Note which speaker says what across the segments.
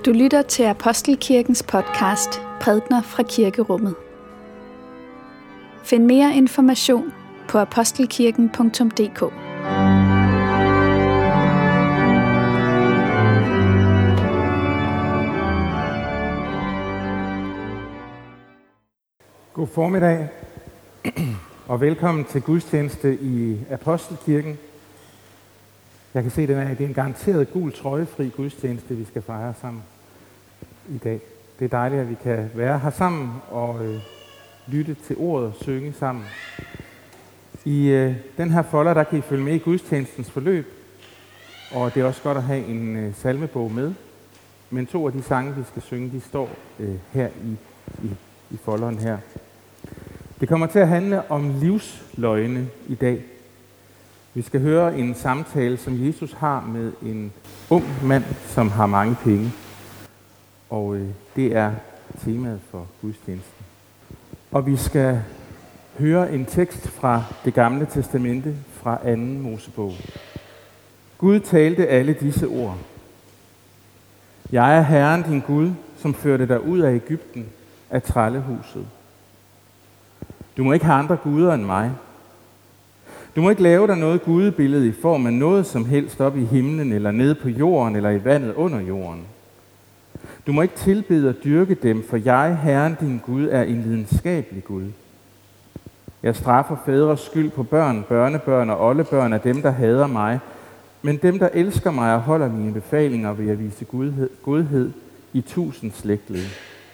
Speaker 1: Du lytter til Apostelkirkens podcast Prædner fra Kirkerummet. Find mere information på apostelkirken.dk.
Speaker 2: God formiddag og velkommen til gudstjeneste i Apostelkirken. Jeg kan se, at det er en garanteret gul trøjefri gudstjeneste, vi skal fejre sammen i dag. Det er dejligt, at vi kan være her sammen og lytte til ordet og synge sammen. I den her folder, der kan I følge med i gudstjenestens forløb, og det er også godt at have en salmebog med. Men 2 af de sange, vi skal synge, de står her i folderen her. Det kommer til at handle om livsløgne i dag. Vi skal høre en samtale, som Jesus har med en ung mand, som har mange penge. Og det er temaet for gudstjenesten. Og vi skal høre en tekst fra Det Gamle Testamente, fra 2. Mosebog. Gud talte alle disse ord. Jeg er Herren din Gud, som førte dig ud af Egypten, af trællehuset. Du må ikke have andre guder end mig. Du må ikke lave dig noget gudebillede i form af noget som helst op i himlen, eller nede på jorden, eller i vandet under jorden. Du må ikke tilbede og dyrke dem, for jeg, Herren din Gud, er en lidenskabelig Gud. Jeg straffer fædres skyld på børn, børnebørn og oldebørn af dem, der hader mig, men dem, der elsker mig og holder mine befalinger, vil jeg vise godhed i 1000 slægtled.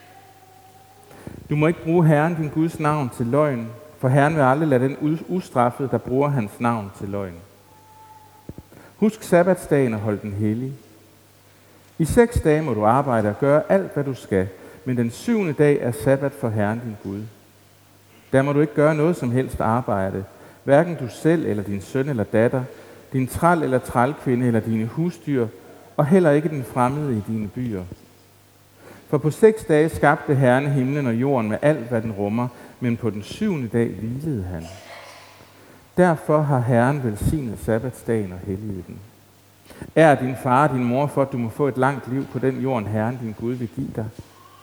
Speaker 2: Du må ikke bruge Herren din Guds navn til løgn, for Herren vil aldrig lade den ustraffede, der bruger hans navn til løgn. Husk sabbatsdagen og hold den hellig. I 6 dage må du arbejde og gøre alt, hvad du skal, men den 7. dag er sabbat for Herren din Gud. Der må du ikke gøre noget som helst arbejde, hverken du selv eller din søn eller datter, din træl eller trælkvinde eller dine husdyr, og heller ikke den fremmede i dine byer. For på 6 dage skabte Herren himlen og jorden med alt, hvad den rummer, men på den 7. dag hvilede han. Derfor har Herren velsignet sabbatsdagen og helliget den. Ær din far og din mor for, at du må få et langt liv på den jorden, Herren din Gud vil give dig.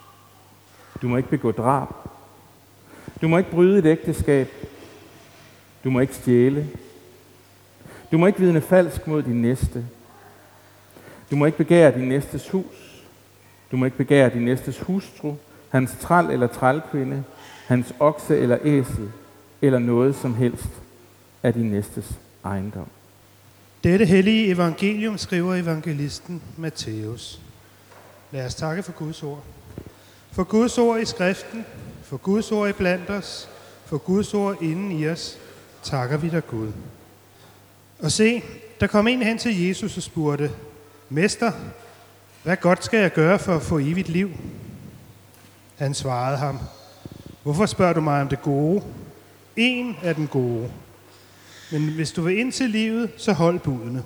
Speaker 2: Du må ikke begå drab. Du må ikke bryde et ægteskab. Du må ikke stjæle. Du må ikke vidne falsk mod din næste. Du må ikke begære din næstes hus. Du må ikke begære din næstes hustru, hans træl eller trælkvinde, hans okse eller æsel, eller noget som helst af din næstes ejendom.
Speaker 3: Dette hellige evangelium skriver evangelisten Matthæus. Lad os takke for Guds ord. For Guds ord i skriften, for Guds ord i blandt os, for Guds ord inden i os, takker vi dig Gud. Og se, der kom en hen til Jesus og spurgte, Mester, hvad godt skal jeg gøre for at få evigt liv? Han svarede ham, hvorfor spørger du mig om det gode? En er den gode. Men hvis du vil ind til livet, så hold budene.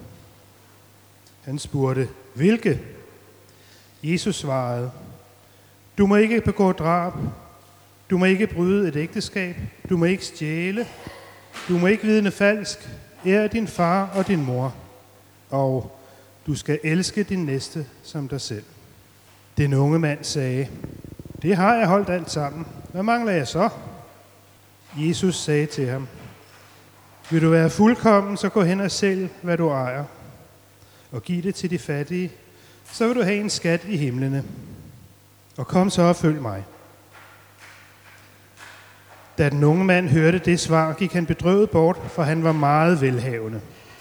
Speaker 3: Han spurgte, hvilke? Jesus svarede, du må ikke begå drab, du må ikke bryde et ægteskab, du må ikke stjæle, du må ikke vidne falsk, ær din far og din mor, og du skal elske din næste som dig selv. Den unge mand sagde, det har jeg holdt alt sammen. Hvad mangler jeg så? Jesus sagde til ham, vil du være fuldkommen, så gå hen og sælg, hvad du ejer, og giv det til de fattige, så vil du have en skat i himlene. Og kom så og følg mig. Da den unge mand hørte det svar, gik han bedrøvet bort, for han var meget velhavende.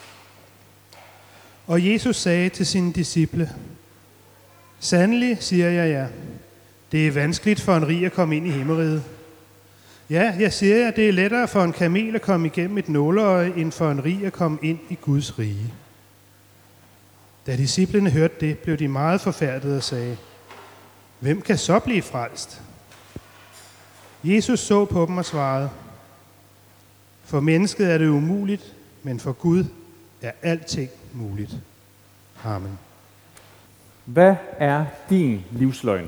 Speaker 3: Og Jesus sagde til sine disciple, sandelig siger jeg jer, det er vanskeligt for en rig at komme ind i himmeriget. Ja, jeg siger jer, det er lettere for en kamel at komme igennem et nåleøje, end for en rig at komme ind i Guds rige. Da disciplene hørte det, blev de meget forfærdede og sagde, hvem kan så blive frelst? Jesus så på dem og svarede, for mennesket er det umuligt, men for Gud er alting muligt. Amen.
Speaker 2: Hvad er din livsløgn?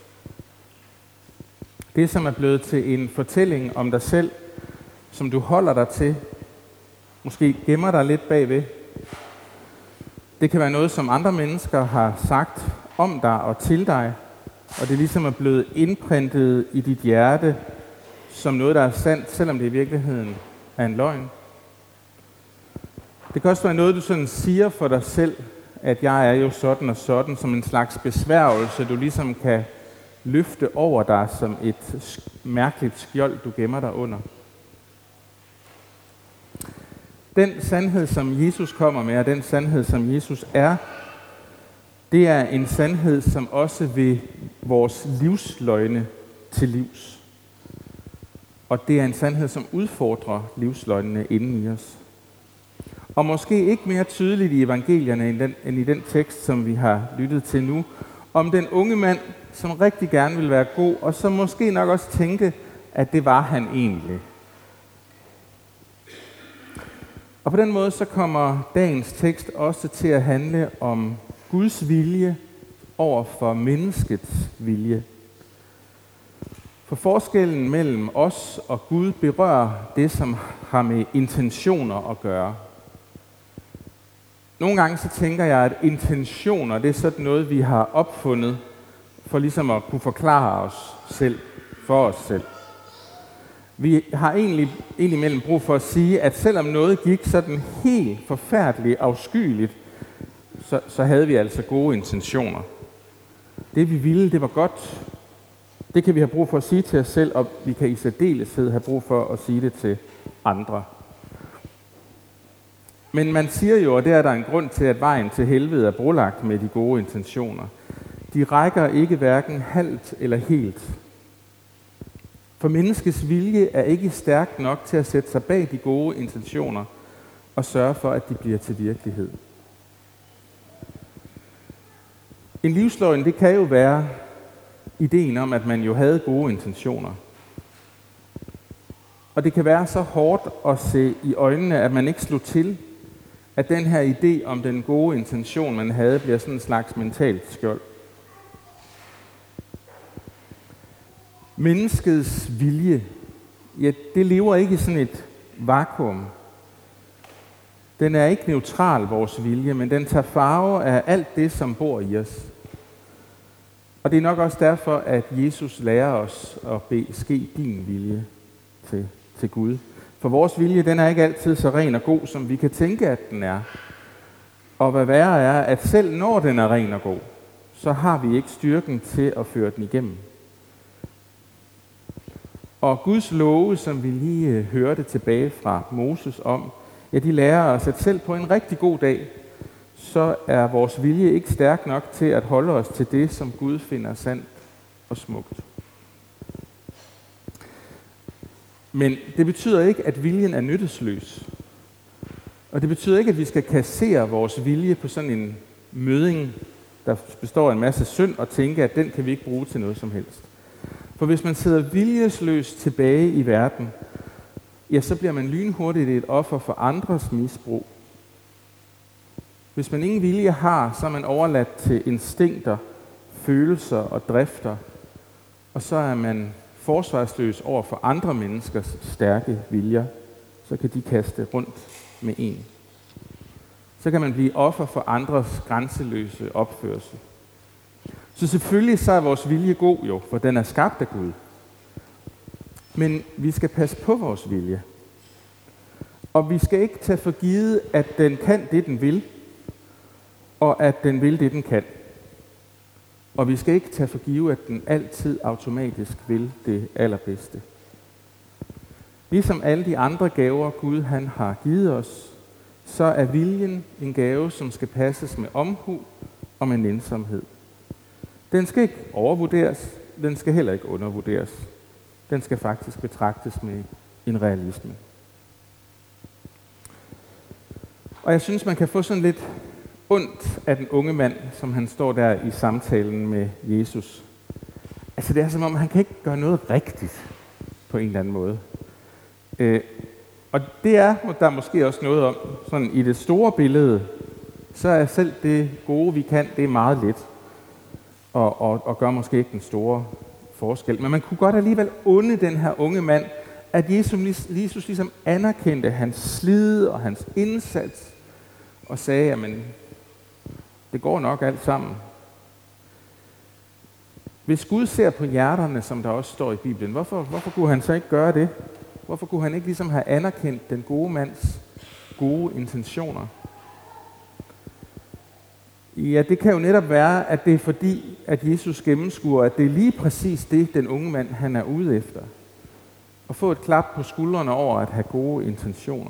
Speaker 2: Det, som er blevet til en fortælling om dig selv, som du holder dig til, måske gemmer dig lidt bagved. Det kan være noget, som andre mennesker har sagt om dig og til dig, og det ligesom er blevet indprintet i dit hjerte som noget, der er sandt, selvom det i virkeligheden er en løgn. Det kan også være noget, du sådan siger for dig selv, at jeg er jo sådan og sådan, som en slags besværgelse, du ligesom kan løfte over dig som et mærkeligt skjold, du gemmer dig under. Den sandhed, som Jesus kommer med, og den sandhed, som Jesus er, det er en sandhed, som også vil vores livsløgne til livs. Og det er en sandhed, som udfordrer livsløgnene inden i os. Og måske ikke mere tydeligt i evangelierne end i den tekst, som vi har lyttet til nu, om den unge mand, som rigtig gerne ville være god, og som måske nok også tænkte, at det var han egentlig. Og på den måde så kommer dagens tekst også til at handle om Guds vilje over for menneskets vilje. For forskellen mellem os og Gud berører det, som har med intentioner at gøre. Nogle gange så tænker jeg, at intentioner, det er sådan noget, vi har opfundet for ligesom at kunne forklare os selv, for os selv. Vi har egentlig imellem brug for at sige, at selvom noget gik sådan helt forfærdeligt afskyeligt, så havde vi altså gode intentioner. Det vi ville, det var godt. Det kan vi have brug for at sige til os selv, og vi kan i særdeleshed have brug for at sige det til andre. Men man siger jo, og det er der en grund til, at vejen til helvede er brolagt med de gode intentioner. De rækker ikke hverken halvt eller helt. For menneskets vilje er ikke stærk nok til at sætte sig bag de gode intentioner og sørge for, at de bliver til virkelighed. En livsløgn, det kan jo være ideen om, at man jo havde gode intentioner. Og det kan være så hårdt at se i øjnene, at man ikke slog til, at den her idé om den gode intention, man havde, bliver sådan en slags mentalt skjold. Menneskets vilje, ja, det lever ikke i sådan et vakuum. Den er ikke neutral, vores vilje, men den tager farve af alt det, som bor i os. Og det er nok også derfor, at Jesus lærer os at bede ske din vilje til Gud. For vores vilje, den er ikke altid så ren og god, som vi kan tænke, at den er. Og hvad værre er, at selv når den er ren og god, så har vi ikke styrken til at føre den igennem. Og Guds love, som vi lige hørte tilbage fra Moses om, ja, de lærer os, at selv på en rigtig god dag, så er vores vilje ikke stærk nok til at holde os til det, som Gud finder sandt og smukt. Men det betyder ikke, at viljen er nyttesløs. Og det betyder ikke, at vi skal kassere vores vilje på sådan en møding, der består af en masse synd, og tænke, at den kan vi ikke bruge til noget som helst. For hvis man sidder viljesløst tilbage i verden, ja, så bliver man lynhurtigt et offer for andres misbrug. Hvis man ingen vilje har, så er man overladt til instinkter, følelser og drifter, og så er man forsvarsløs over for andre menneskers stærke viljer, så kan de kaste rundt med en. Så kan man blive offer for andres grænseløse opførsel. Så selvfølgelig så er vores vilje god jo, for den er skabt af Gud. Men vi skal passe på vores vilje. Og vi skal ikke tage for givet, at den kan det, den vil, og at den vil det, den kan. Og vi skal ikke tage for givet, at den altid automatisk vil det allerbedste. Ligesom alle de andre gaver, Gud han har givet os, så er viljen en gave, som skal passes med omhu og med nænsomhed. Den skal ikke overvurderes, den skal heller ikke undervurderes. Den skal faktisk betragtes med en realisme. Og jeg synes, man kan få sådan lidt ondt af den unge mand, som han står der i samtalen med Jesus. Altså det er som om, han kan ikke gøre noget rigtigt på en eller anden måde. Og det er der måske også noget om, sådan i det store billede, så er selv det gode, vi kan, det er meget let. Og gør måske ikke den store forskel. Men man kunne godt alligevel unde den her unge mand, at Jesus ligesom anerkendte hans slid og hans indsats, og sagde, jamen, det går nok alt sammen. Hvis Gud ser på hjerterne, som der også står i Bibelen, hvorfor kunne han så ikke gøre det? Hvorfor kunne han ikke ligesom have anerkendt den gode mands gode intentioner? Ja, det kan jo netop være, at det er fordi, at Jesus gennemskuer, at det er lige præcis det, den unge mand han er ude efter. At få et klap på skuldrene over at have gode intentioner.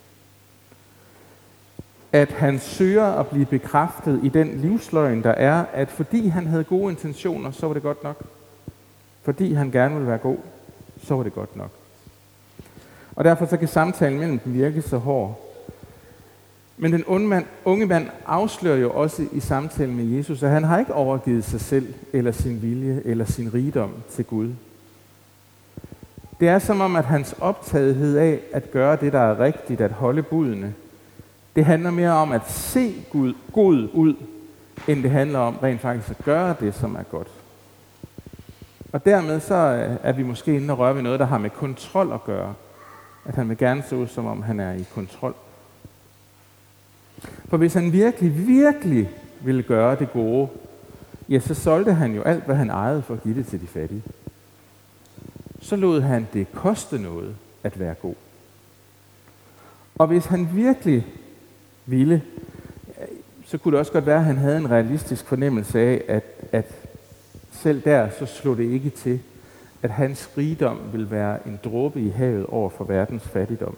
Speaker 2: At han søger at blive bekræftet i den livsløgn, der er, at fordi han havde gode intentioner, så var det godt nok. Fordi han gerne ville være god, så var det godt nok. Og derfor så kan samtalen mellem dem virke så hård. Men den unge mand afslører jo også i samtalen med Jesus, at han har ikke overgivet sig selv, eller sin vilje, eller sin rigdom til Gud. Det er som om, at hans optagethed af at gøre det, der er rigtigt, at holde budene, det handler mere om at se Gud god ud, end det handler om rent faktisk at gøre det, som er godt. Og dermed så er vi måske inde og røre ved noget, der har med kontrol at gøre. At han vil gerne se ud, som om han er i kontrol. For hvis han virkelig ville gøre det gode, ja, så solgte han jo alt, hvad han ejede for at give det til de fattige. Så lod han det koste noget at være god. Og hvis han virkelig ville, så kunne det også godt være, at han havde en realistisk fornemmelse af, at selv der, så slog det ikke til, at hans rigdom ville være en dråbe i havet over for verdens fattigdom.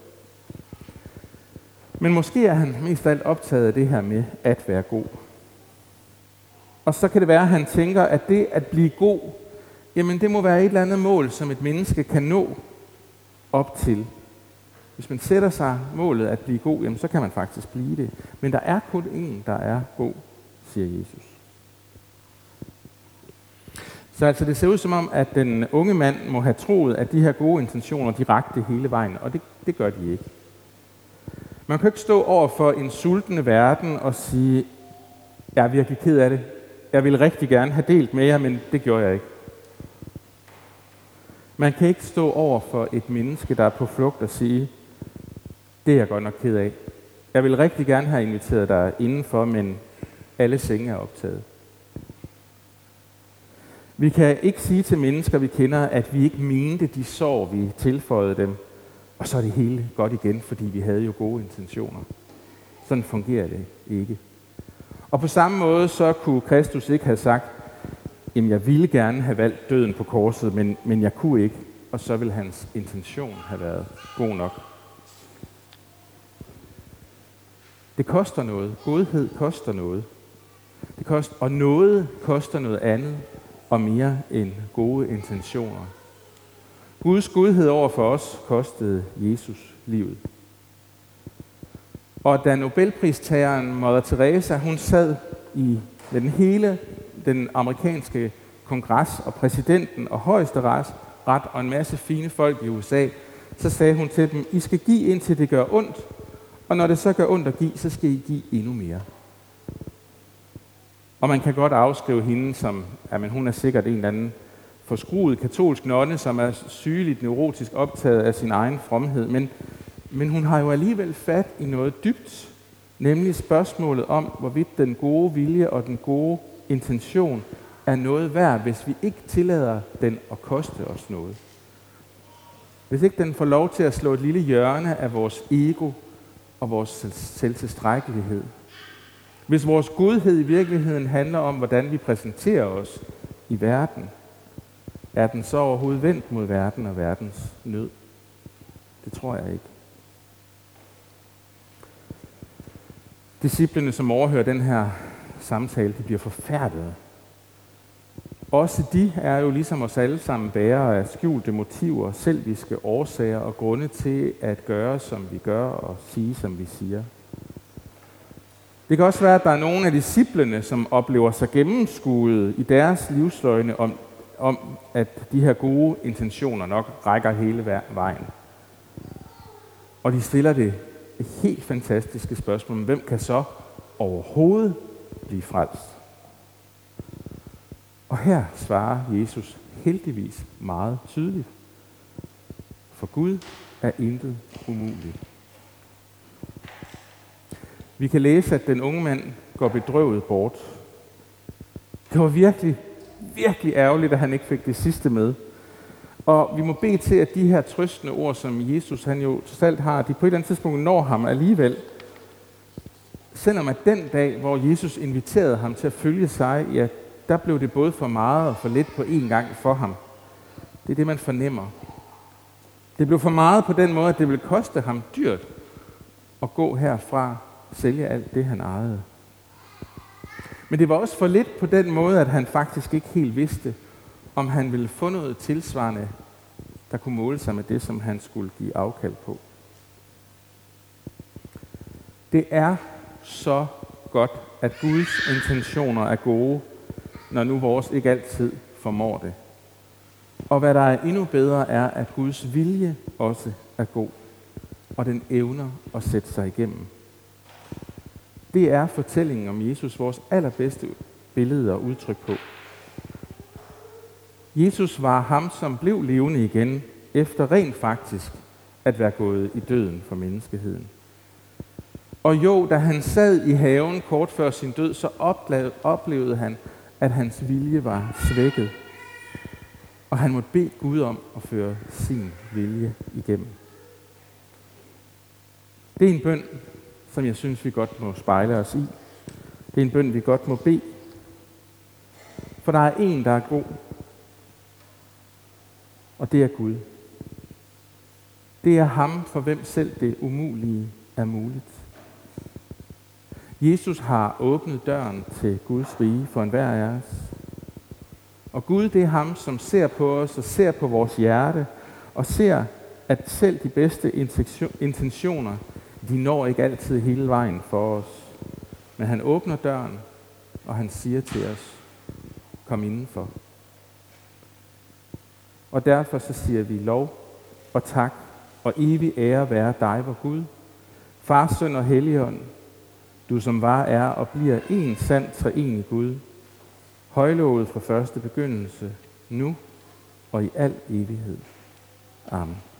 Speaker 2: Men måske er han mest af alt optaget af det her med at være god. Og så kan det være, at han tænker, at det at blive god, jamen det må være et eller andet mål, som et menneske kan nå op til. Hvis man sætter sig målet at blive god, jamen så kan man faktisk blive det. Men der er kun én, der er god, siger Jesus. Så altså det ser ud som om, at den unge mand må have troet, at de her gode intentioner, de rakte hele vejen, og det gør de ikke. Man kan ikke stå over for en sultende verden og sige, jeg er virkelig ked af det. Jeg ville rigtig gerne have delt med jer, men det gjorde jeg ikke. Man kan ikke stå over for et menneske, der er på flugt og sige, det er jeg godt nok ked af. Jeg vil rigtig gerne have inviteret dig indenfor, men alle senge er optaget. Vi kan ikke sige til mennesker, vi kender, at vi ikke mente de sår, vi tilføjede dem, og så er det hele godt igen, fordi vi havde jo gode intentioner. Sådan fungerer det ikke. Og på samme måde, så kunne Kristus ikke have sagt, jamen jeg ville gerne have valgt døden på korset, men jeg kunne ikke, og så ville hans intention have været god nok. Det koster noget. Godhed koster noget. Og noget koster noget andet og mere end gode intentioner. Guds godhed over for os kostede Jesus livet. Og da Nobelpristageren Mother Teresa, hun sad i den amerikanske kongres og præsidenten og højesteret og en masse fine folk i USA, så sagde hun til dem, I skal give indtil det gør ondt, og når det så gør ondt at give, så skal I give endnu mere. Og man kan godt afskrive hende som, jamen hun er sikkert en eller anden forskruet katolsk nonne, som er sygeligt neurotisk optaget af sin egen fromhed, men hun har jo alligevel fat i noget dybt, nemlig spørgsmålet om, hvorvidt den gode vilje og den gode intention er noget værd, hvis vi ikke tillader den at koste os noget. Hvis ikke den får lov til at slå et lille hjørne af vores ego og vores selvtilstrækkelighed. Hvis vores godhed i virkeligheden handler om, hvordan vi præsenterer os i verden, er den så overhovedet vendt mod verden og verdens nød? Det tror jeg ikke. Disciplene, som overhører den her samtale, de bliver forfærdede. Også de er jo ligesom os alle sammen bærere af skjulte motiver, selviske årsager og grunde til at gøre, som vi gør og sige, som vi siger. Det kan også være, at der er nogle af disciplene, som oplever sig gennemskuet i deres livsløgne om, at de her gode intentioner nok rækker hele vejen. Og de stiller det helt fantastiske spørgsmål, hvem kan så overhovedet blive frelst? Og her svarer Jesus heldigvis meget tydeligt. For Gud er intet umuligt. Vi kan læse, at den unge mand går bedrøvet bort. Det var virkelig virkelig ærgerligt, at han ikke fik det sidste med. Og vi må bede til, at de her trøstende ord, som Jesus han jo trods alt har, de på et eller andet tidspunkt når ham alligevel. Selvom at den dag, hvor Jesus inviterede ham til at følge sig, ja, der blev det både for meget og for lidt på én gang for ham. Det er det, man fornemmer. Det blev for meget på den måde, at det ville koste ham dyrt at gå herfra og sælge alt det, han ejede. Men det var også for lidt på den måde, at han faktisk ikke helt vidste, om han ville få noget tilsvarende, der kunne måle sig med det, som han skulle give afkald på. Det er så godt, at Guds intentioner er gode, når nu vores ikke altid formår det. Og hvad der er endnu bedre, er, at Guds vilje også er god, og den evner at sætte sig igennem. Det er fortællingen om Jesus vores allerbedste billede og udtryk på. Jesus var ham, som blev levende igen, efter rent faktisk at være gået i døden for menneskeheden. Og jo, da han sad i haven kort før sin død, så oplevede han, at hans vilje var svækket. Og han måtte bede Gud om at føre sin vilje igennem. Det er en bøn, som jeg synes, vi godt må spejle os i. Det er en bøn, vi godt må bede. For der er en, der er god. Og det er Gud. Det er ham, for hvem selv det umulige er muligt. Jesus har åbnet døren til Guds rige for enhver af os. Og Gud, det er ham, som ser på os og ser på vores hjerte, og ser, at selv de bedste intentioner, de når ikke altid hele vejen for os. Men han åbner døren, og han siger til os, kom indenfor. Og derfor så siger vi lov og tak og evig ære være dig, vor Gud, Far, Søn og Helligånd, du som var, er og bliver en sand treenig Gud, højlovet fra første begyndelse, nu og i al evighed. Amen.